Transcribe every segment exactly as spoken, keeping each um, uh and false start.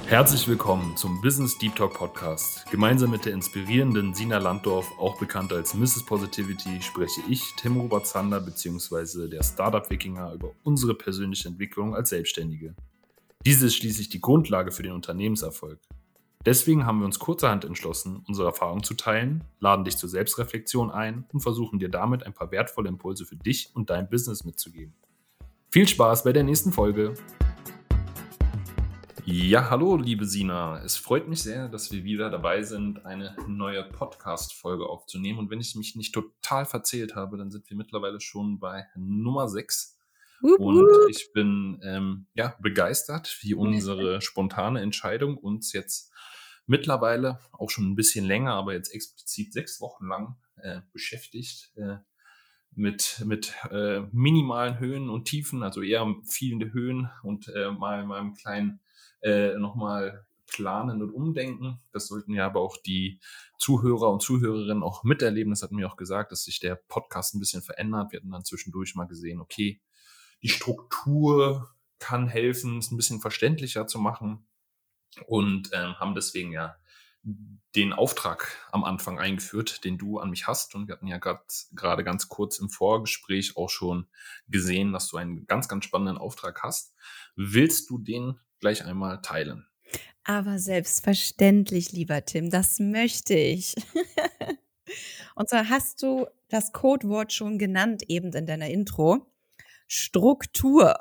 Herzlich willkommen zum Business Deep Talk Podcast. Gemeinsam mit der inspirierenden Sina Landdorf, auch bekannt als Misses Positivity, spreche ich, Tim Robert Zander bzw. der Startup-Wikinger über unsere persönliche Entwicklung als Selbstständige. Diese ist schließlich die Grundlage für den Unternehmenserfolg. Deswegen haben wir uns kurzerhand entschlossen, unsere Erfahrungen zu teilen, laden dich zur Selbstreflexion ein und versuchen dir damit ein paar wertvolle Impulse für dich und dein Business mitzugeben. Viel Spaß bei der nächsten Folge! Ja, hallo liebe Sina, es freut mich sehr, dass wir wieder dabei sind, eine neue Podcast-Folge aufzunehmen, und wenn ich mich nicht total verzählt habe, dann sind wir mittlerweile schon bei Nummer sechs Wup, und wup. ich bin ähm, ja, begeistert, wie unsere spontane Entscheidung uns jetzt mittlerweile auch schon ein bisschen länger, aber jetzt explizit sechs Wochen lang äh, beschäftigt, äh, mit, mit äh, minimalen Höhen und Tiefen, also eher viele Höhen und äh, mal mal einem kleinen äh, nochmal planen und umdenken. Das sollten ja aber auch die Zuhörer und Zuhörerinnen auch miterleben. Das hatten wir auch gesagt, dass sich der Podcast ein bisschen verändert. Wir hatten dann zwischendurch mal gesehen, okay, die Struktur kann helfen, es ein bisschen verständlicher zu machen, und ähm, haben deswegen ja den Auftrag am Anfang eingeführt, den du an mich hast. Und wir hatten ja gerade ganz kurz im Vorgespräch auch schon gesehen, dass du einen ganz, ganz spannenden Auftrag hast. Willst du den gleich einmal teilen? Aber selbstverständlich, lieber Tim, das möchte ich. Und zwar hast du das Codewort schon genannt eben in deiner Intro. Struktur.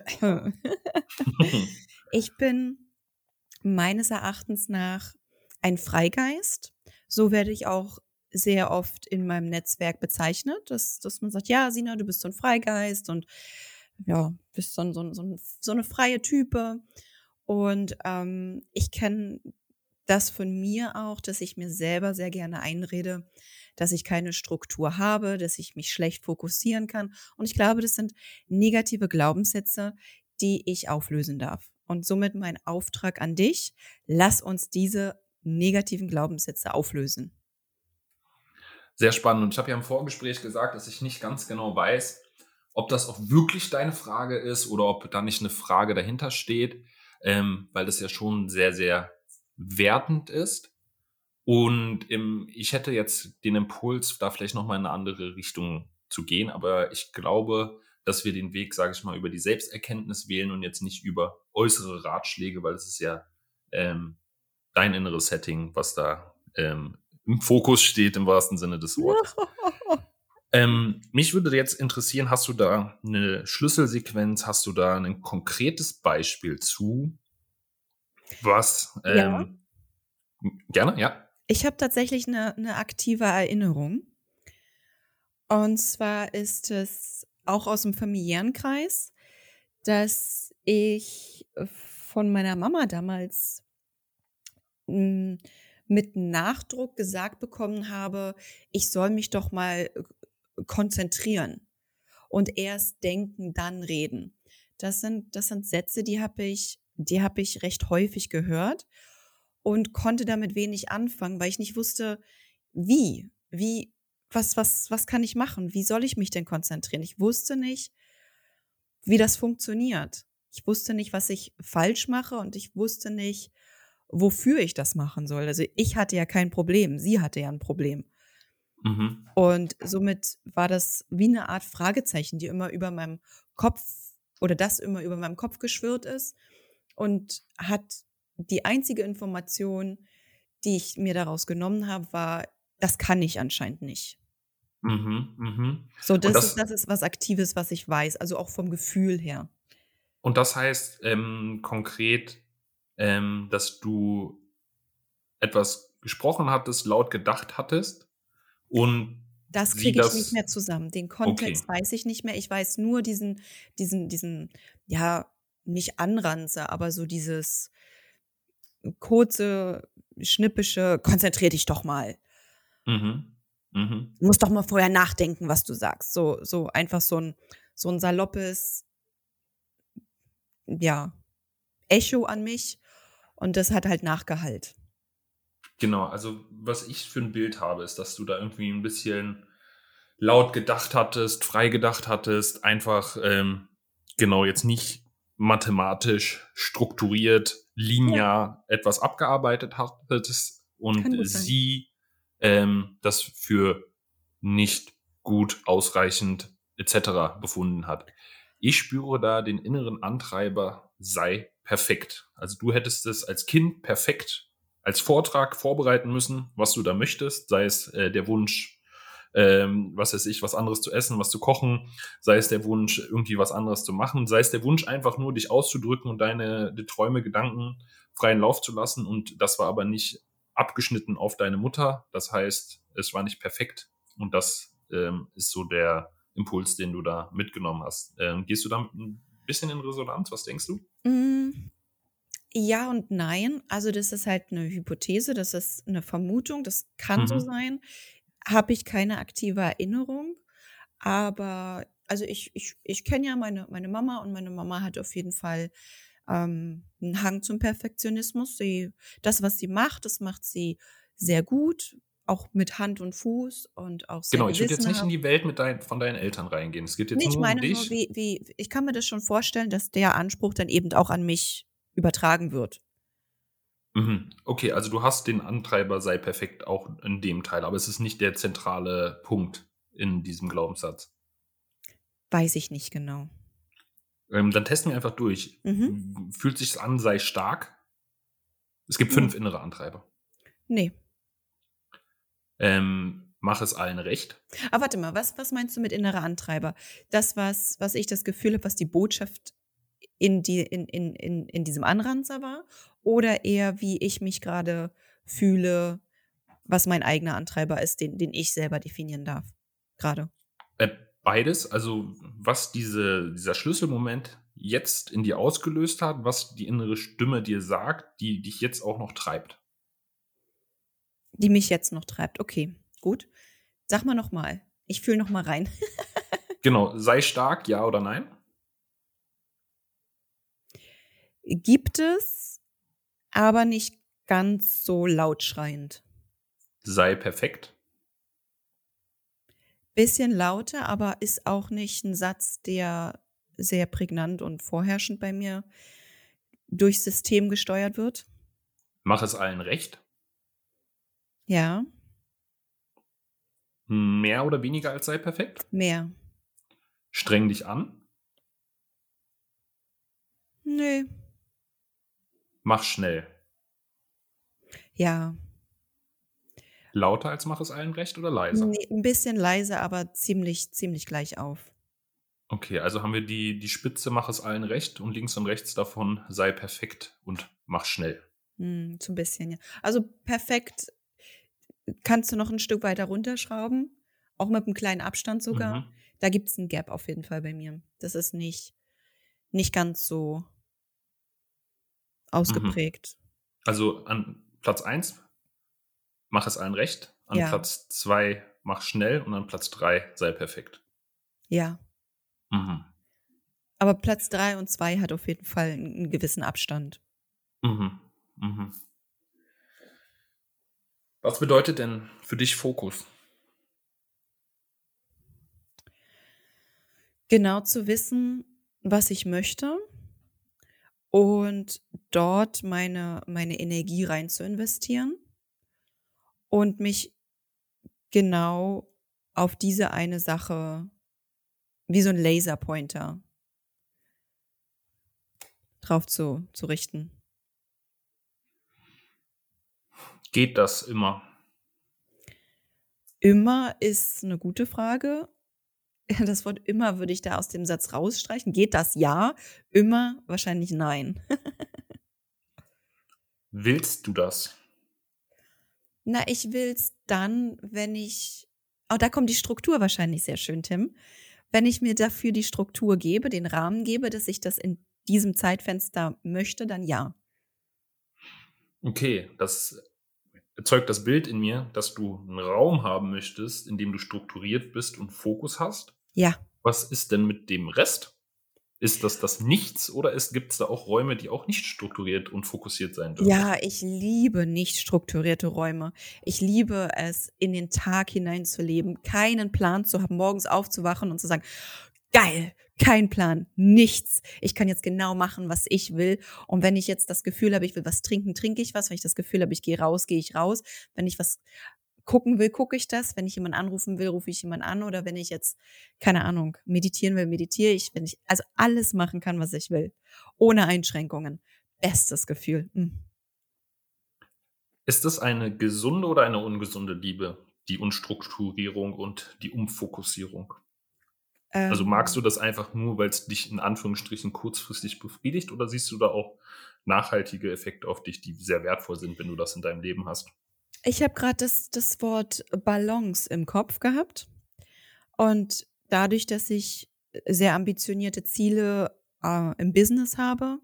Ich bin meines Erachtens nach ein Freigeist. So werde ich auch sehr oft in meinem Netzwerk bezeichnet, dass, dass man sagt, ja, Sina, du bist so ein Freigeist und ja, bist so, ein- so, ein- so, ein- so eine freie Type. Und ähm, ich kenne das von mir auch, dass ich mir selber sehr gerne einrede, dass ich keine Struktur habe, dass ich mich schlecht fokussieren kann. Und ich glaube, das sind negative Glaubenssätze, die ich auflösen darf. Und somit mein Auftrag an dich: Lass uns diese negativen Glaubenssätze auflösen. Sehr spannend. Und ich habe ja im Vorgespräch gesagt, dass ich nicht ganz genau weiß, ob das auch wirklich deine Frage ist oder ob da nicht eine Frage dahinter steht, ähm, weil das ja schon sehr, sehr wertend ist. Und im, ich hätte jetzt den Impuls, da vielleicht nochmal in eine andere Richtung zu gehen, aber ich glaube, dass wir den Weg, sage ich mal, über die Selbsterkenntnis wählen und jetzt nicht über äußere Ratschläge, weil es ist ja ähm, dein inneres Setting, was da ähm, im Fokus steht, im wahrsten Sinne des Wortes. Ähm, mich würde jetzt interessieren, hast du da eine Schlüsselsequenz, hast du da ein konkretes Beispiel zu, was Ja. ähm, gerne, ja. Ich habe tatsächlich eine, eine aktive Erinnerung. Und zwar ist es auch aus dem familiären Kreis, dass ich von meiner Mama damals mm, mit Nachdruck gesagt bekommen habe, ich soll mich doch mal äh, konzentrieren und erst denken, dann reden. Das sind, das sind Sätze, die habe ich, die habe ich recht häufig gehört und konnte damit wenig anfangen, weil ich nicht wusste, wie, wie, was, was, was kann ich machen? Wie soll ich mich denn konzentrieren? Ich wusste nicht, wie das funktioniert. Ich wusste nicht, was ich falsch mache, und ich wusste nicht, wofür ich das machen soll. Also ich hatte ja kein Problem, sie hatte ja ein Problem. Mhm. Und somit war das wie eine Art Fragezeichen, die immer über meinem Kopf oder das immer über meinem Kopf geschwirrt ist, und hat die einzige Information, die ich mir daraus genommen habe, war, das kann ich anscheinend nicht. Mhm, mhm. So, Und das ist das das ist was Aktives, was ich weiß, also auch vom Gefühl her. und das heißt, ähm, konkret, ähm, dass du etwas gesprochen hattest, laut gedacht hattest und Das sie kriege ich nicht das mehr zusammen. Den okay. Kontext weiß ich nicht mehr. Ich weiß nur diesen diesen diesen, ja, nicht Anranzer, aber so dieses kurze, schnippische: „Konzentrier dich doch mal. Mhm, mhm. Du musst doch mal vorher nachdenken, was du sagst.“ So so einfach so 'n so 'n saloppes, ja, Echo an mich, und das hat halt Nachgehalt. Genau, also, was ich für 'n Bild habe, ist, dass du da irgendwie 'n bisschen laut gedacht hattest, frei gedacht hattest, einfach, ähm, genau, jetzt nicht mathematisch, strukturiert, Ja. linear etwas abgearbeitet hattest und Kann gut sein. sie ähm, das für nicht gut, ausreichend et cetera befunden hat. Ich spüre da den inneren Antreiber, sei perfekt. Also du hättest es als Kind perfekt als Vortrag vorbereiten müssen, was du da möchtest, sei es äh, der Wunsch, ähm, was weiß ich, was anderes zu essen, was zu kochen, sei es der Wunsch, irgendwie was anderes zu machen, sei es der Wunsch, einfach nur dich auszudrücken und deine die Träume, Gedanken freien Lauf zu lassen. Und das war aber nicht abgeschnitten auf deine Mutter. Das heißt, es war nicht perfekt. Und das ähm, ist so der Impuls, den du da mitgenommen hast. Ähm, gehst du damit ein bisschen in Resonanz? Was denkst du? Hm, ja und nein. Also, das ist halt eine Hypothese, das ist eine Vermutung, das kann so Mhm. sein. Habe ich keine aktive Erinnerung, aber also, ich ich ich kenne ja meine meine Mama und meine Mama hat auf jeden Fall, ähm, 'n Hang zum Perfektionismus. Sie das, was sie macht, das macht sie sehr gut, auch mit Hand und Fuß und auch sehr Genau, ich würde jetzt nicht in gewissenhaft. die Welt mit dein, von deinen Eltern reingehen. Es geht Ne, jetzt ich nur um meine nur, dich. wie wie ich kann mir das schon vorstellen, dass der Anspruch dann eben auch an mich übertragen wird. Mhm. Okay, also du hast den Antreiber sei perfekt auch in dem Teil, aber es ist nicht der zentrale Punkt in diesem Glaubenssatz. Weiß ich nicht genau. Ähm, dann testen wir einfach durch. Mhm. W Fühlt sich's an, sei stark? Es gibt Ne, fünf innere Antreiber. ne. Ähm, mach es allen recht. Aber warte mal, was was meinst du mit innerer Antreiber? Das, was was ich das Gefühl habe, was die Botschaft in die in in in in diesem Anranzer war oder eher, wie ich mich grade fühle, was mein eigener Antreiber ist, den den ich selber definieren darf grade? Äh, beides, also was diese dieser Schlüsselmoment jetzt in dir ausgelöst hat, was die innere Stimme dir sagt, die dich jetzt auch noch treibt. Die mich jetzt noch treibt. Okay, gut. Sag mal noch mal. Ich fühle noch mal rein. Genau, sei stark, ja oder nein? Gibt es, aber nicht ganz so laut schreiend. Sei perfekt. Bisschen lauter, aber ist auch nicht 'n Satz, der sehr prägnant und vorherrschend bei mir durchs System gesteuert wird. Mach es allen recht. Ja, Mehr oder weniger als sei perfekt. mehr. Streng dich an. Ne, Mach schnell. ja. Lauter als mach es allen recht oder leiser? Ne, 'n bisschen leise, aber ziemlich ziemlich gleich auf. Okay, also haben wir die die Spitze mach es allen recht und links und rechts davon sei perfekt und mach schnell. Mhm, so 'n bisschen, ja. Also, perfekt kannst du noch 'n Stück weiter runterschrauben, auch mit 'm kleinen Abstand sogar. Mhm, Da gibt's 'n Gap auf jeden Fall bei mir. Das ist nicht nicht ganz so mhm. ausgeprägt. Also an Platz eins mach es allen recht, an Ja, Platz zwei mach schnell und an Platz drei sei perfekt. ja. Mhm, Aber Platz drei und zwei hat auf jeden Fall 'n 'n gewissen Abstand. mhm, mhm. Was bedeutet denn für dich Fokus? Genau zu wissen, was ich möchte und dort meine meine Energie rein zu investieren und mich genau auf diese eine Sache wie so 'n Laserpointer drauf zu zu richten. Geht das immer? Immer ist 'ne gute Frage. Das Wort „immer“ würde ich da aus dem Satz rausstreichen. Geht das? Ja. Immer wahrscheinlich nein. Willst du das? Na, ich will's dann, wenn ich oh, da kommt die Struktur wahrscheinlich sehr schön, Tim. Wenn ich mir dafür die Struktur gebe, den Rahmen gebe, dass ich das in diesem Zeitfenster möchte, dann ja. Okay, das erzeugt das Bild in mir, dass du 'n Raum haben möchtest, in dem du strukturiert bist und Fokus hast. Ja. Was ist denn mit dem Rest? Ist das das Nichts oder ist gibt's da auch Räume, die auch nicht strukturiert und fokussiert sein dürfen? Ja, ich liebe nicht strukturierte Räume. Ich liebe es, in den Tag hineinzuleben, keinen Plan zu haben, morgens aufzuwachen und zu sagen: „Geil, Kein Plan, nichts. Ich kann jetzt genau machen, was ich will. Und wenn ich jetzt das Gefühl habe, ich will was trinken, trinke ich was. Wenn ich das Gefühl habe, ich gehe raus, gehe ich raus. Wenn ich was gucken will, gucke ich das. Wenn ich jemanden anrufen will, rufe ich jemanden an. Oder wenn ich jetzt, keine Ahnung, meditieren will, meditiere ich. Wenn ich also alles machen kann, was ich will. Ohne Einschränkungen. Bestes Gefühl. Mhm. Ist das eine gesunde oder eine ungesunde Liebe, die Unstrukturierung und die Umfokussierung? Also magst du Ähm, das einfach nur, weil es dich in Anführungsstrichen kurzfristig befriedigt, oder siehst du da auch nachhaltige Effekte auf dich, die sehr wertvoll sind, wenn du das in deinem Leben hast? Ich habe gerade das, das Wort Balance im Kopf gehabt. Und dadurch, dass ich sehr ambitionierte Ziele äh, im Business habe,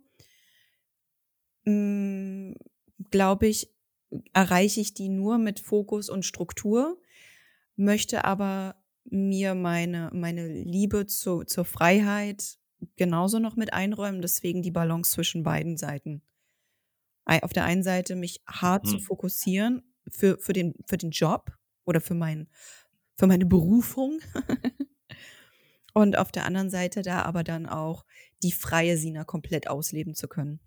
mh, glaube ich, erreiche ich die nur mit Fokus und Struktur, möchte aber mir meine, meine Liebe zu, zur Freiheit genauso noch mit einräumen, deswegen die Balance zwischen beiden Seiten. Ei- Auf der einen Seite mich hart zu Mhm. fokussieren für, für, den, für den Job oder für, mein, für meine Berufung und auf der anderen Seite da aber dann auch die freie Sina komplett ausleben zu können.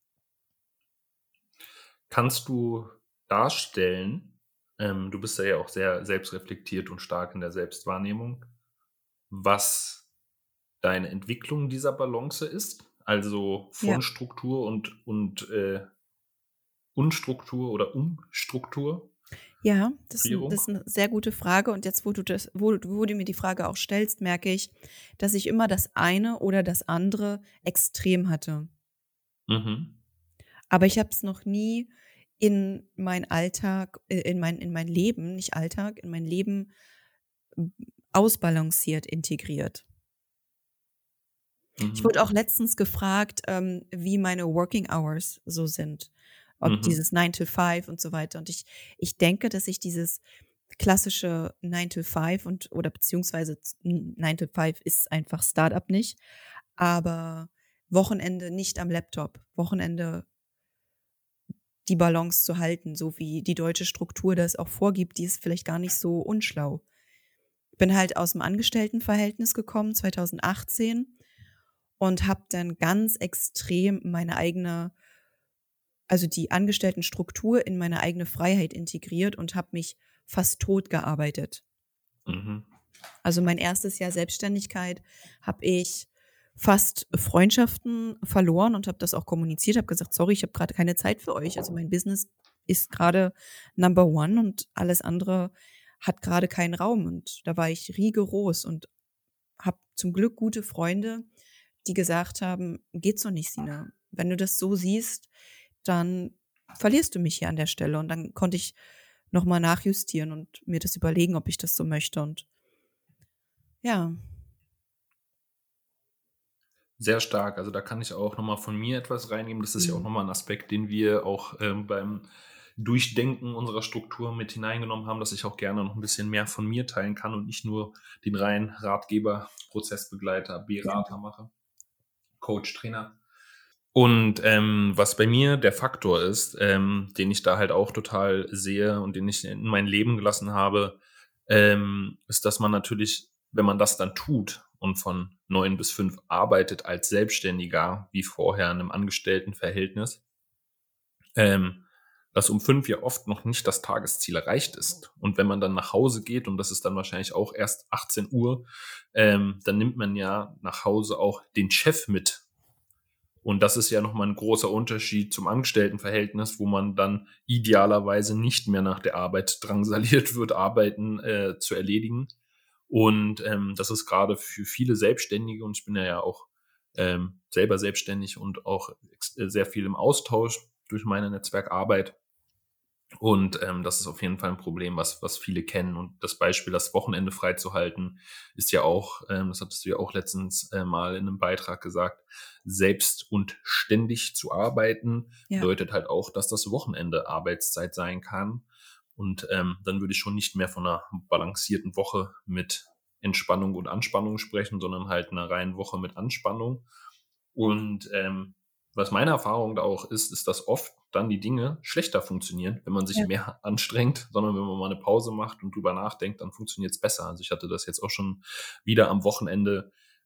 Kannst du darstellen, ähm, du bist ja ja auch sehr selbstreflektiert und stark in der Selbstwahrnehmung, was deine Entwicklung dieser Balance ist? Also Ja. von Struktur und und, äh, Unstruktur oder Umstrukturierung? Ja, das ist 'n das ist 'ne sehr gute Frage und jetzt, wo du das wo du wo du mir die Frage auch stellst, merke ich, dass ich immer das eine oder das andere extrem hatte. Mhm. Aber ich habe es noch nie in meinen Alltag äh, in mein in mein Leben, nicht Alltag, in mein Leben, hm, ausbalanciert integriert. Ich Mhm. wurde auch letztens gefragt, ähm, wie meine Working Hours so sind, ob Mhm. dieses nine to five und so weiter. Und ich ich denke, dass ich dieses klassische nine to five und oder beziehungsweise z nine to five ist einfach Start-up nicht, aber Wochenende nicht am Laptop, Wochenende die Balance zu halten, so wie die deutsche Struktur das auch vorgibt, die ist vielleicht gar nicht so unschlau. Bin halt aus'm Angestelltenverhältnis gekommen zwanzig achtzehn und habe dann ganz extrem meine eigene also die Angestelltenstruktur in meine eigene Freiheit integriert und habe mich fast tot gearbeitet. Mhm. Also mein erstes Jahr Selbstständigkeit habe ich fast Freundschaften verloren und habe das auch kommuniziert, habe gesagt: „Sorry, ich habe grade keine Zeit für euch. Also mein Business ist grade Number One und alles andere hat grade keinen Raum." Und da war ich rigoros und habe zum Glück gute Freunde, die gesagt haben: „Geht so nicht, Sina. Wenn du das so siehst, dann verlierst du mich hier an der Stelle." Und dann konnte ich noch mal nachjustieren und mir das überlegen, ob ich das so möchte und ja. Sehr stark. Also, da kann ich auch noch mal von mir etwas reingeben. Das ist ja auch Mhm. noch mal 'n Aspekt, den wir auch, ähm, beim Durchdenken unserer Struktur mit hineingenommen haben, dass ich auch gerne noch ein bisschen mehr von mir teilen kann und nicht nur den reinen Ratgeber, Prozessbegleiter, Berater Gerne. mache, Coach, Trainer. Und, ähm, was bei mir der Faktor ist, ähm, den ich da halt auch total sehe und den ich in mein Leben gelassen habe, ähm, ist, dass man natürlich, wenn man das dann tut und von neun bis fünf arbeitet als Selbstständiger, wie vorher in einem Angestelltenverhältnis, ähm, dass um fünf ja oft noch nicht das Tagesziel erreicht ist. Und wenn man dann nach Hause geht, und das ist dann wahrscheinlich auch erst achtzehn Uhr, ähm, dann nimmt man ja nach Hause auch den Chef mit. Und das ist ja noch mal 'n großer Unterschied zum Angestelltenverhältnis, wo man dann idealerweise nicht mehr nach der Arbeit drangsaliert wird, Arbeiten, äh, zu erledigen. Und, ähm, das ist grade für viele Selbstständige, und ich bin ja ja auch, ähm, selber selbstständig und auch ex äh, sehr viel im Austausch durch meine Netzwerkarbeit. Und, ähm, das ist auf jeden Fall ein Problem, was was viele kennen. Und das Beispiel, das Wochenende freizuhalten, ist ja auch, ähm, das hattest du ja auch letztens, äh, mal in einem Beitrag gesagt, selbst und ständig zu arbeiten Ja. bedeutet halt auch, dass das Wochenende Arbeitszeit sein kann. Und, ähm, dann würde ich schon nicht mehr von einer balancierten Woche mit Entspannung und Anspannung sprechen, sondern halt einer reinen Woche mit Anspannung. Und, ähm, was meine Erfahrung da auch ist, ist, dass oft dann die Dinge schlechter funktionieren, wenn man sich Ja. mehr anstrengt, sondern wenn man mal eine Pause macht und drüber nachdenkt, dann funktioniert's besser. Also, ich hatte das jetzt auch schon wieder am Wochenende,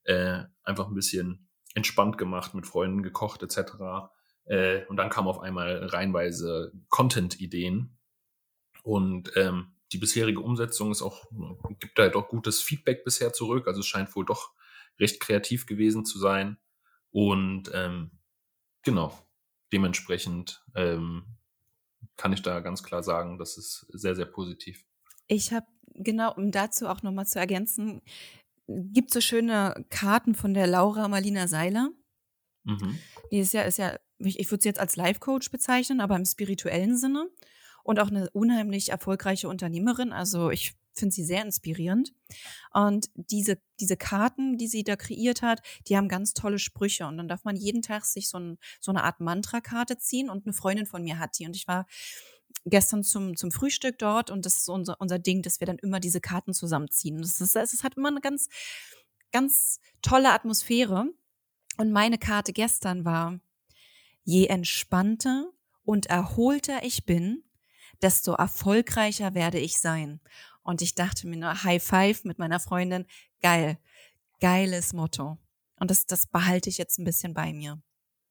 äh, einfach ein bisschen entspannt gemacht, mit Freunden gekocht et cetera. Äh, und dann kamen auf einmal reihenweise Content-Ideen. Und ähm, die bisherige Umsetzung ist auch, gibt halt auch gutes Feedback bisher zurück. Also es scheint wohl doch recht kreativ gewesen zu sein. Und ähm, genau, dementsprechend ähm, kann ich da ganz klar sagen, das ist sehr, sehr positiv. Ich habe, genau, um dazu auch nochmal zu ergänzen, gibt so schöne Karten von der Laura Marlina Seiler. Mhm. Die ist ja, ist ja, ich, ich würde sie jetzt als Life-Coach bezeichnen, aber im spirituellen Sinne. Und auch eine unheimlich erfolgreiche Unternehmerin. Also ich finde sie sehr inspirierend. Und diese, diese Karten, die sie da kreiert hat, die haben ganz tolle Sprüche. Und dann darf man jeden Tag sich so, ein, so eine Art Mantra-Karte ziehen. Und eine Freundin von mir hat die. Und ich war gestern zum, zum Frühstück dort und das ist unser, unser Ding, dass wir dann immer diese Karten zusammenziehen. Das ist, es hat immer eine ganz, ganz tolle Atmosphäre. Und meine Karte gestern war: Je entspannter und erholter ich bin, desto erfolgreicher werde ich sein. Und ich dachte mir nur, High Five mit meiner Freundin, geil, geiles Motto. Und das, das behalte ich jetzt ein bisschen bei mir.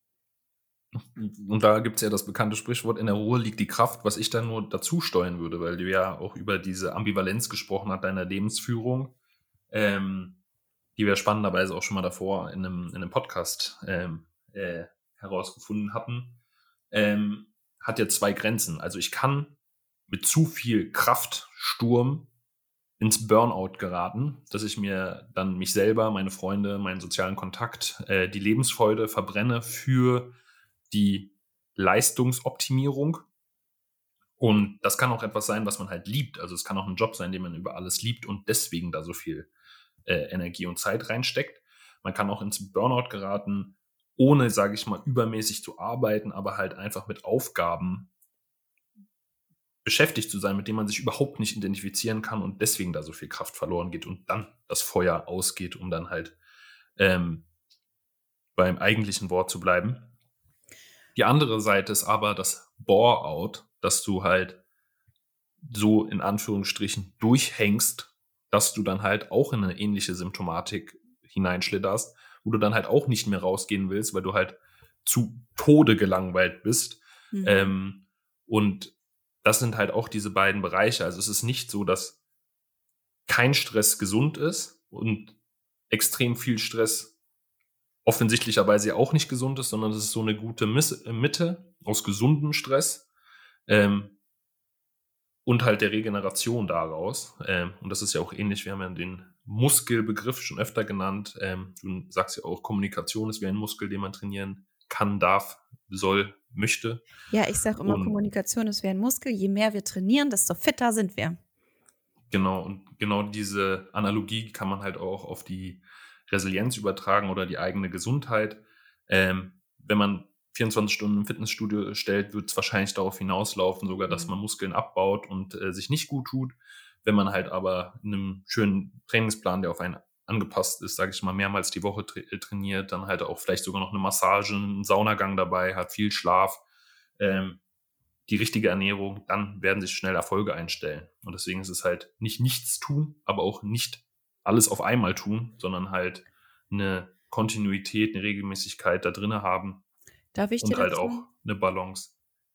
Und da gibt's ja das bekannte Sprichwort, in der Ruhe liegt die Kraft, was ich dann nur dazu steuern würde, weil du ja auch über diese Ambivalenz gesprochen hast deiner Lebensführung, ähm, die wir spannenderweise auch schon mal davor in einem, in einem Podcast ähm, äh, herausgefunden hatten, ähm, hat ja zwei Grenzen. Also ich kann mit zu viel Kraftsturm ins Burnout geraten, dass ich mir dann mich selber, meine Freunde, meinen sozialen Kontakt, äh, die Lebensfreude verbrenne für die Leistungsoptimierung. Und das kann auch etwas sein, was man halt liebt. Also es kann auch ein Job sein, den man über alles liebt und deswegen da so viel äh, Energie und Zeit reinsteckt. Man kann auch ins Burnout geraten, ohne, sage ich mal, übermäßig zu arbeiten, aber halt einfach mit Aufgaben beschäftigt zu sein, mit denen man sich überhaupt nicht identifizieren kann und deswegen da so viel Kraft verloren geht und dann das Feuer ausgeht, um dann halt ähm, beim eigentlichen Wort zu bleiben. Die andere Seite ist aber das Bore-out, dass du halt so in Anführungsstrichen durchhängst, dass du dann halt auch in eine ähnliche Symptomatik hineinschlitterst, wo du dann halt auch nicht mehr rausgehen willst, weil du halt zu Tode gelangweilt bist. Mhm. Ähm, und das sind halt auch diese beiden Bereiche. Also es ist nicht so, dass kein Stress gesund ist und extrem viel Stress offensichtlicherweise auch nicht gesund ist, sondern es ist so eine gute Miss- Mitte aus gesundem Stress ähm, und halt der Regeneration daraus. Ähm, und das ist ja auch ähnlich, wir haben ja den Muskelbegriff schon öfter genannt. Ähm, du sagst ja auch, Kommunikation ist wie ein Muskel, den man trainieren kann, darf, soll, möchte. Ja, ich sage immer, Und Kommunikation ist wie ein Muskel. Je mehr wir trainieren, desto fitter sind wir. genau, und genau diese Analogie kann man halt auch auf die Resilienz übertragen oder die eigene Gesundheit. Ähm, wenn man vierundzwanzig Stunden im Fitnessstudio stellt, wird es wahrscheinlich darauf hinauslaufen, sogar, dass Mhm. man Muskeln abbaut und äh, sich nicht gut tut. Wenn man halt aber in einem schönen Trainingsplan, der auf einen angepasst ist, sage ich mal, mehrmals die Woche tra trainiert, dann halt auch vielleicht sogar noch eine Massage, einen Saunagang dabei, hat viel Schlaf, ähm, die richtige Ernährung, dann werden sich schnell Erfolge einstellen. Und deswegen ist es halt nicht nichts tun, aber auch nicht alles auf einmal tun, sondern halt eine Kontinuität, eine Regelmäßigkeit da drin haben Darf ich dir und halt dazu, auch eine Balance.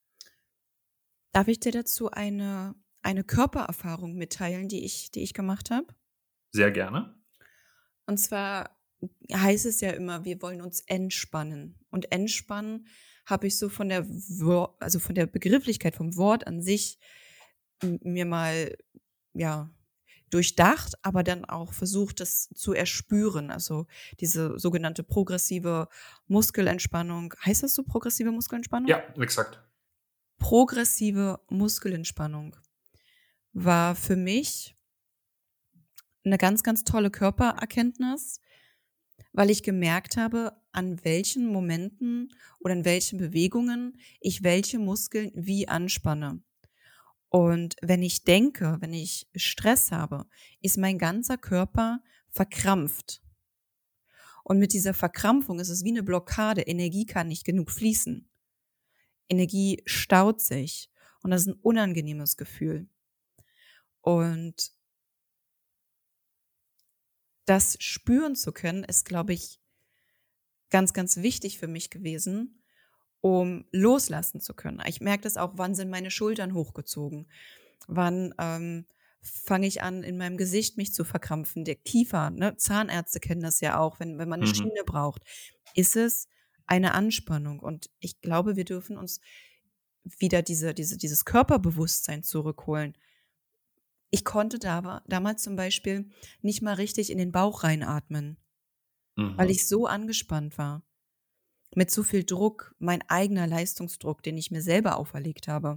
darf ich dir dazu eine, eine Körpererfahrung mitteilen, die ich, die ich gemacht habe? Sehr gerne. Und zwar heißt es ja immer, wir wollen uns entspannen. Und entspannen habe ich so von der, Wo- also von der Begrifflichkeit vom Wort an sich m- mir mal, ja, durchdacht, aber dann auch versucht, das zu erspüren. Also diese sogenannte progressive Muskelentspannung. Heißt das so, progressive Muskelentspannung? Ja, exakt. Progressive Muskelentspannung war für mich eine ganz, ganz tolle Körpererkenntnis, weil ich gemerkt habe, an welchen Momenten oder in welchen Bewegungen ich welche Muskeln wie anspanne. Und wenn ich denke, wenn ich Stress habe, ist mein ganzer Körper verkrampft. Und mit dieser Verkrampfung ist es wie eine Blockade. Energie kann nicht genug fließen. Energie staut sich. Und das ist ein unangenehmes Gefühl. Und das spüren zu können, ist, glaube ich, ganz, ganz wichtig für mich gewesen, um loslassen zu können. Ich merke das auch, wann sind meine Schultern hochgezogen? Wann, ähm, fange ich an, in meinem Gesicht mich zu verkrampfen? Der Kiefer, ne? Zahnärzte kennen das ja auch, wenn wenn man 'ne Mhm. Schiene braucht. Ist es eine Anspannung? Und ich glaube, wir dürfen uns wieder diese diese dieses Körperbewusstsein zurückholen. Ich konnte dama damals zum Beispiel nicht mal richtig in den Bauch reinatmen, weil Mhm. ich so angespannt war, mit so viel Druck, mein eigener Leistungsdruck, den ich mir selber auferlegt habe.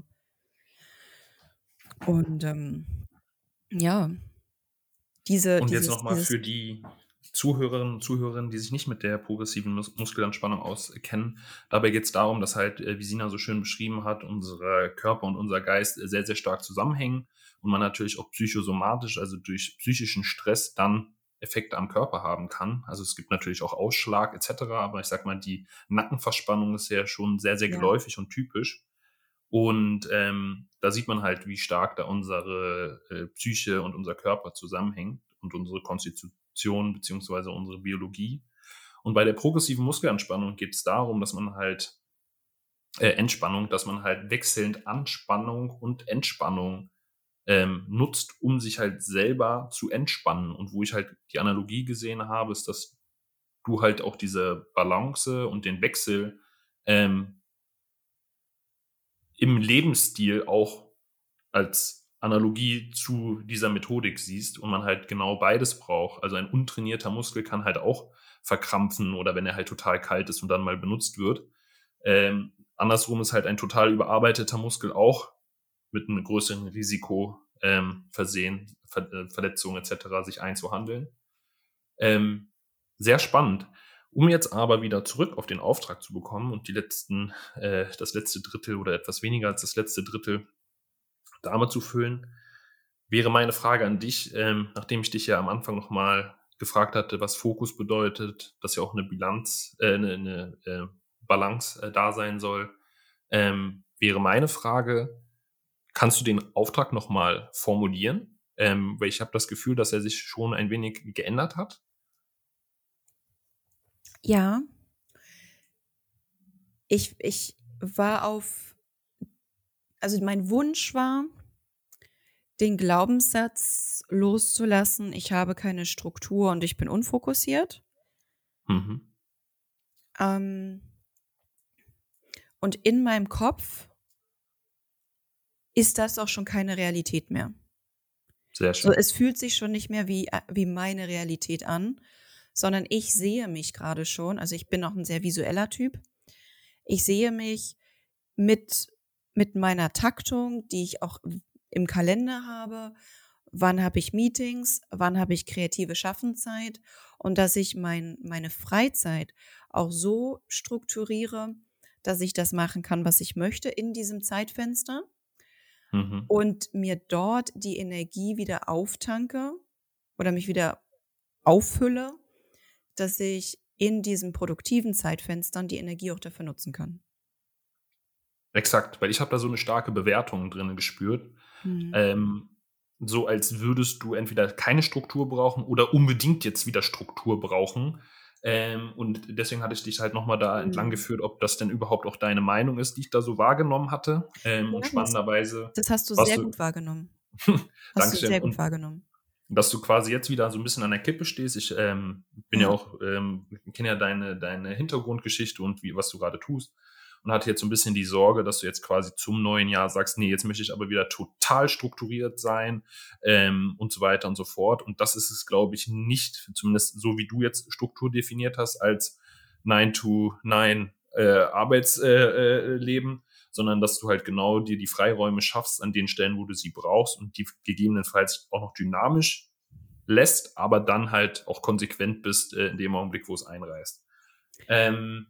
Und, ähm, ja, diese Und jetzt dieses noch mal dieses für die Zuhörerinnen und Zuhörerinnen, die sich nicht mit der progressiven Mus Muskelanspannung auskennen. Dabei geht's darum, dass halt, äh, wie Sina so schön beschrieben hat, unser Körper und unser Geist äh, sehr, sehr stark zusammenhängen und man natürlich auch psychosomatisch, also durch psychischen Stress dann Effekte am Körper haben kann. Also, es gibt natürlich auch Ausschlag et cetera, aber ich sage mal, die Nackenverspannung ist ja schon sehr, sehr ja, geläufig und typisch. Und, ähm, da sieht man halt, wie stark da unsere, äh, Psyche und unser Körper zusammenhängt und unsere Konstitution beziehungsweise unsere Biologie. Und bei der progressiven Muskelanspannung geht es darum, dass man halt äh, Entspannung, dass man halt wechselnd Anspannung und Entspannung, ähm, nutzt, um sich halt selber zu entspannen. Und wo ich halt die Analogie gesehen habe, ist, dass du halt auch diese Balance und den Wechsel, ähm, im Lebensstil auch als Analogie zu dieser Methodik siehst und man halt genau beides braucht. Also ein untrainierter Muskel kann halt auch verkrampfen oder wenn er halt total kalt ist und dann mal benutzt wird. Ähm, andersrum ist halt ein total überarbeiteter Muskel auch mit einem größeren Risiko ähm, versehen, Ver äh, Verletzungen et cetera sich einzuhandeln. Ähm, sehr spannend. Um jetzt aber wieder zurück auf den Auftrag zu bekommen und die letzten äh, das letzte Drittel oder etwas weniger als das letzte Drittel damit zu füllen, wäre meine Frage an dich, ähm, nachdem ich dich ja am Anfang noch mal gefragt hatte, was Fokus bedeutet, dass ja auch 'ne Bilanz äh, 'ne 'ne, äh, Balance, äh, da sein soll, ähm, wäre meine Frage: Kannst du den Auftrag noch mal formulieren? Ähm, weil ich habe das Gefühl, dass er sich schon ein wenig geändert hat. ja, ich ich war auf also, mein Wunsch war, den Glaubenssatz loszulassen: „Ich habe keine Struktur und ich bin unfokussiert." Mhm. Ähm, und in meinem Kopf ist das auch schon keine Realität mehr. Sehr So, schön. es fühlt sich schon nicht mehr wie, äh wie meine Realität an, sondern ich sehe mich grade schon, also, ich bin auch 'n sehr visueller Typ. Ich sehe mich mit mit meiner Taktung, die ich auch w im Kalender habe. Wann habe ich Meetings? Wann habe ich kreative Schaffenszeit? Und dass ich mein meine Freizeit auch so strukturiere, dass ich das machen kann, was ich möchte in diesem Zeitfenster Mhm. und mir dort die Energie wieder auftanke oder mich wieder auffülle, dass ich in diesen produktiven Zeitfenstern die Energie auch dafür nutzen kann. Exakt, weil ich habe da so 'ne starke Bewertung drinne gespürt, Mhm. ähm, so als würdest du entweder keine Struktur brauchen oder unbedingt jetzt wieder Struktur brauchen. Ähm, und deswegen hatte ich dich halt noch mal da entlang Mhm. geführt, ob das denn überhaupt auch deine Meinung ist, die ich da so wahrgenommen hatte. Ähm, und Ja, das spannenderweise das hast du warst sehr du gut wahrgenommen. Hast du Dankeschön. sehr gut Und wahrgenommen. dass du quasi jetzt wieder so 'n bisschen an der Kippe stehst. Ich, ähm, bin ja Ja. auch ähm, kenne ja deine deine Hintergrundgeschichte und wie was du grade tust und hatte jetzt so 'n bisschen die Sorge, dass du jetzt quasi zum neuen Jahr sagst: „Ne, jetzt möchte ich aber wieder total strukturiert sein“, ähm, und so weiter und so fort. Und das ist es, glaube ich, nicht, zumindest so wie du jetzt Struktur definiert hast als nine to nine äh, Arbeits äh, äh, Leben, sondern dass du halt genau dir die Freiräume schaffst an den Stellen, wo du sie brauchst und die gegebenenfalls auch noch dynamisch lässt, aber dann halt auch konsequent bist, äh, in dem Augenblick, wo es einreißt. Ähm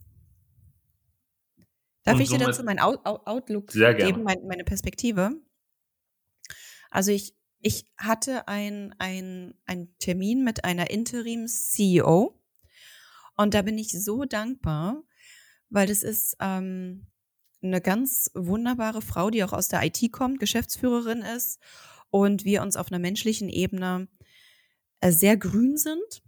Darf und ich dir somit dazu mein Out Out Outlook sehr geben, gerne. mein meine Perspektive? Also, ich ich hatte ein ein einen Termin mit einer Interims-C E O und da bin ich so dankbar, weil das ist, ähm, 'ne ganz wunderbare Frau, die auch aus der I T kommt, Geschäftsführerin ist und wir uns auf 'ner menschlichen Ebene äh, sehr grün sind.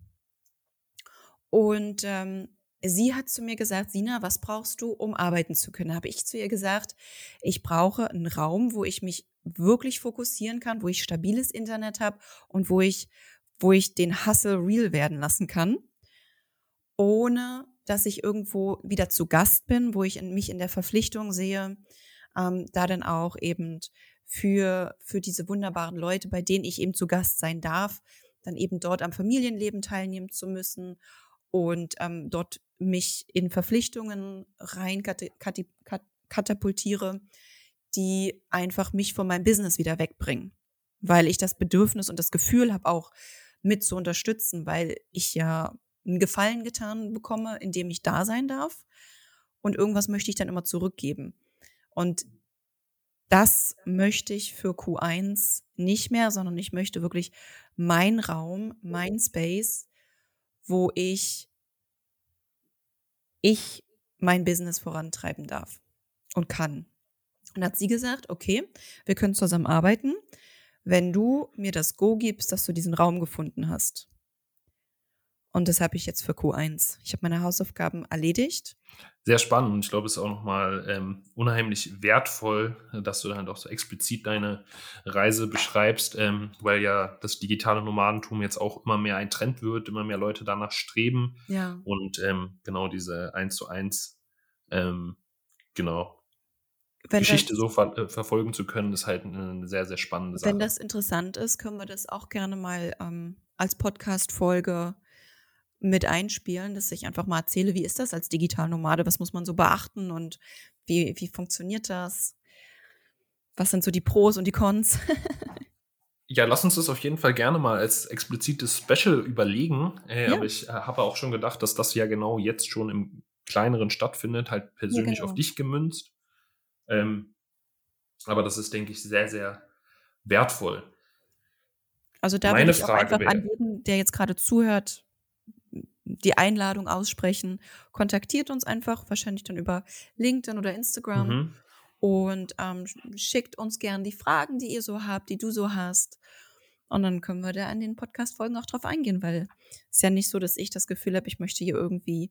Und ähm, sie hat zu mir gesagt, Sina, was brauchst du, um arbeiten zu können? Habe ich zu ihr gesagt, ich brauche einen Raum, wo ich mich wirklich fokussieren kann, wo ich stabiles Internet habe und wo ich, wo ich den Hustle real werden lassen kann, ohne dass ich irgendwo wieder zu Gast bin, wo ich in, mich in der Verpflichtung sehe, ähm, da dann auch eben für, für diese wunderbaren Leute, bei denen ich eben zu Gast sein darf, dann eben dort am Familienleben teilnehmen zu müssen und ähm, dort mich in Verpflichtungen rein kate- kate- kat- katapultiere, die einfach mich von meinem Business wieder wegbringen, weil ich das Bedürfnis und das Gefühl habe, auch mit zu unterstützen, weil ich ja einen Gefallen getan bekomme, indem ich da sein darf und irgendwas möchte ich dann immer zurückgeben. Und das möchte ich für Q eins nicht mehr, sondern ich möchte wirklich mein Raum, mein Space, wo ich, ich mein Business vorantreiben darf und kann. Und hat sie gesagt, okay, wir können zusammen arbeiten, wenn du mir das Go gibst, dass du diesen Raum gefunden hast. Und das habe ich jetzt für Q eins. Ich habe meine Hausaufgaben erledigt. Sehr spannend und ich glaube, es ist auch nochmal ähm, unheimlich wertvoll, dass du dann auch so explizit deine Reise beschreibst, ähm, weil ja das digitale Nomadentum jetzt auch immer mehr ein Trend wird, immer mehr Leute danach streben Ja. und ähm, genau diese eins zu eins ähm, genau Wenn Geschichte das, so ver äh, verfolgen zu können, ist halt eine sehr, sehr spannende wenn Sache. das interessant ist, können wir das auch gerne mal ähm, als Podcast-Folge mit einspielen, dass ich einfach mal erzähle, wie ist das als Digitalnomade, was muss man so beachten und wie, wie funktioniert das? Was sind so die Pros und die Cons? Ja, lass uns das auf jeden Fall gerne mal als explizites Special überlegen. Äh, Ja. Aber ich äh, habe auch schon gedacht, dass das ja genau jetzt schon im Kleineren stattfindet, halt persönlich Ja, genau. auf dich gemünzt. Ähm, aber das ist, denke ich, sehr, sehr wertvoll. Also da würde Meine ich auch Frage einfach an wäre, jeden, der jetzt gerade zuhört, die Einladung aussprechen. Kontaktiert uns einfach, wahrscheinlich dann über LinkedIn oder Instagram mhm. und ähm, schickt uns gern die Fragen, die ihr so habt, die du so hast. Und dann können wir da an den Podcast-Folgen auch drauf eingehen, weil es ist ja nicht so, dass ich das Gefühl habe, ich möchte hier irgendwie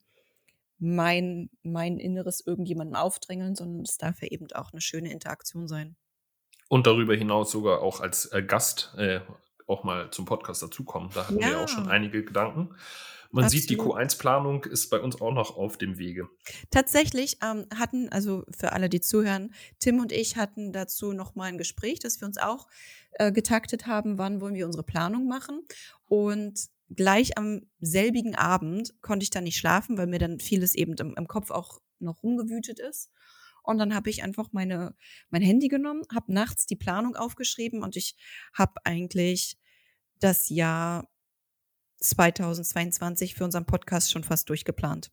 mein, mein Inneres irgendjemandem aufdrängeln, sondern es darf ja eben auch eine schöne Interaktion sein. Und darüber hinaus sogar auch als äh, Gast äh, auch mal zum Podcast dazukommen. Da hatten wir ja auch schon Ja, einige Gedanken. Man sieht, die absolut. Q eins Planung ist bei uns auch noch auf dem Wege. Tatsächlich ähm, hatten, also für alle, die zuhören, Tim und ich hatten dazu nochmal ein Gespräch, dass wir uns auch äh, getaktet haben, wann wollen wir unsere Planung machen. Und gleich am selbigen Abend konnte ich dann nicht schlafen, weil mir dann vieles eben im, im Kopf auch noch rumgewütet ist. Und dann habe ich einfach meine, mein Handy genommen, habe nachts die Planung aufgeschrieben und ich habe eigentlich das Jahr zweitausendzweiundzwanzig für unseren Podcast schon fast durchgeplant.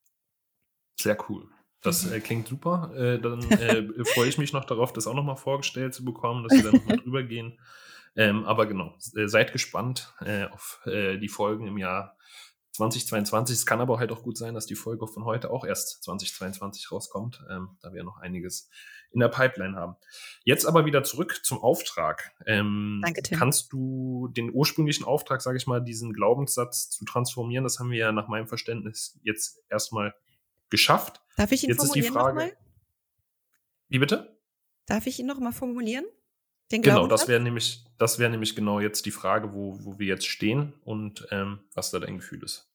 Sehr cool. Das äh, klingt super. Äh, dann äh, freue ich mich noch darauf, das auch nochmal vorgestellt zu bekommen, dass wir dann nochmal drüber gehen. Ähm, aber genau, äh, seid gespannt äh, auf äh, die Folgen im Jahr zweitausendzweiundzwanzig. Es kann aber halt auch gut sein, dass die Folge von heute auch erst zweitausendzweiundzwanzig rauskommt, ähm, da wir noch einiges in der Pipeline haben. Jetzt aber wieder zurück zum Auftrag. Ähm, Danke, Tim. Kannst du den ursprünglichen Auftrag, sage ich mal, diesen Glaubenssatz zu transformieren, das haben wir ja nach meinem Verständnis jetzt erstmal geschafft. Darf ich ihn Jetzt ist die formulieren Frage. nochmal? Wie bitte? Darf ich ihn nochmal formulieren? Den Genau, das Glaubenssatz? wäre nämlich, das wäre nämlich genau jetzt die Frage, wo, wo wir jetzt stehen und ähm, was da dein Gefühl ist.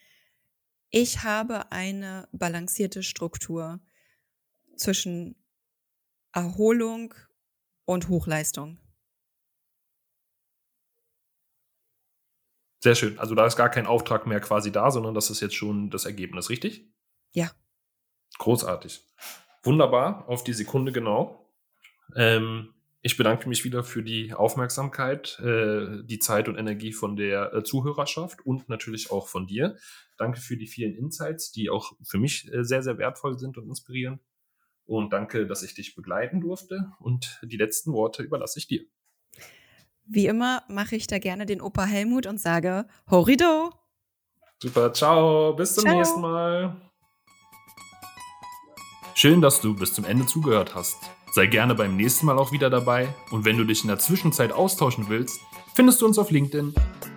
Ich habe eine balancierte Struktur zwischen Erholung und Hochleistung. Sehr schön. Also da ist gar kein Auftrag mehr quasi da, sondern das ist jetzt schon das Ergebnis, richtig? Ja. Großartig. Wunderbar, auf die Sekunde genau. Ähm, ich bedanke mich wieder für die Aufmerksamkeit, äh, die Zeit und Energie von der äh, Zuhörerschaft und natürlich auch von dir. Danke für die vielen Insights, die auch für mich äh, sehr, sehr wertvoll sind und inspirierend. Und danke, dass ich dich begleiten durfte. Und die letzten Worte überlasse ich dir. Wie immer mache ich da gerne den Opa Helmut und sage Horido! Super, ciao, bis zum Ciao. nächsten Mal. Schön, dass du bis zum Ende zugehört hast. Sei gerne beim nächsten Mal auch wieder dabei und wenn du dich in der Zwischenzeit austauschen willst, findest du uns auf LinkedIn.